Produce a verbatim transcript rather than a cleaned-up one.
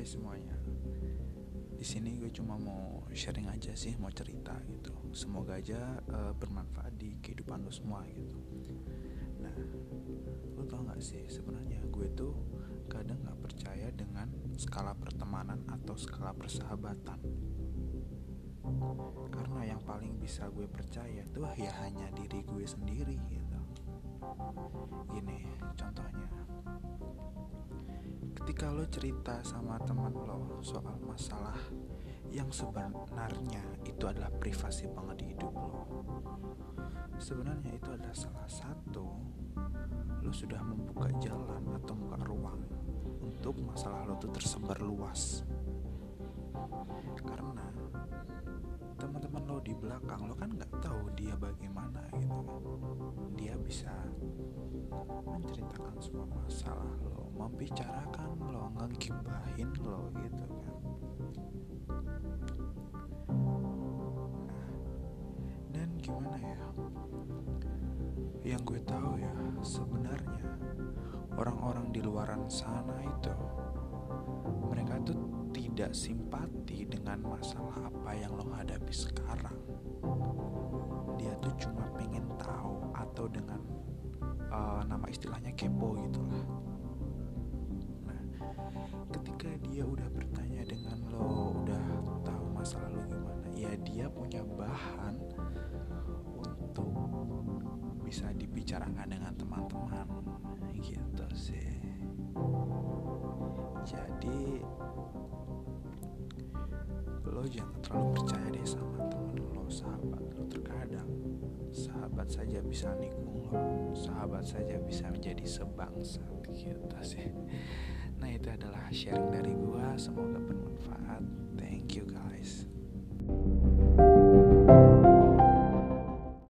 semuanya. Di sini gue cuma mau sharing aja sih, mau cerita gitu. Semoga aja uh, bermanfaat di kehidupan lo semua gitu. Nah, lo tau gak sih sebenarnya gue tuh kadang gak percaya dengan skala pertemanan atau skala persahabatan. Karena yang paling bisa gue percaya tuh ya hanya diri gue sendiri gitu. Gini contohnya, ketika lo cerita sama teman lo soal masalah yang sebenarnya itu adalah privasi banget di hidup lo, sebenarnya itu adalah salah satu lo sudah membuka jalan atau membuka ruang untuk masalah lo tuh tersebar luas. Karena teman-teman lo di belakang lo kan nggak tahu dia bagaimana gitu kan. Dia bisa menceritakan semua masalah lo, membicarakan lo, ngegibahin lo gitu kan. Nah, dan gimana ya? Yang gue tahu ya, sebenarnya orang-orang di luaran sana itu mereka tuh tidak simpati dengan masalah apa yang lo hadapi sekarang. Dia tuh cuma pengen tahu, atau dengan uh, nama istilahnya kepo gitu lah. Nah, ketika dia udah bertanya dengan lo, udah tahu masalah lo gimana, ya dia punya bahan untuk bisa dibicarakan dengan teman-teman gitu sih. Jadi lo jangan terlalu percaya deh sama temen lo, sahabat lo. Terkadang sahabat saja bisa nikung lo, sahabat saja bisa menjadi sebangsat gitu sih. Nah, itu adalah sharing dari gua, semoga bermanfaat. Thank you guys.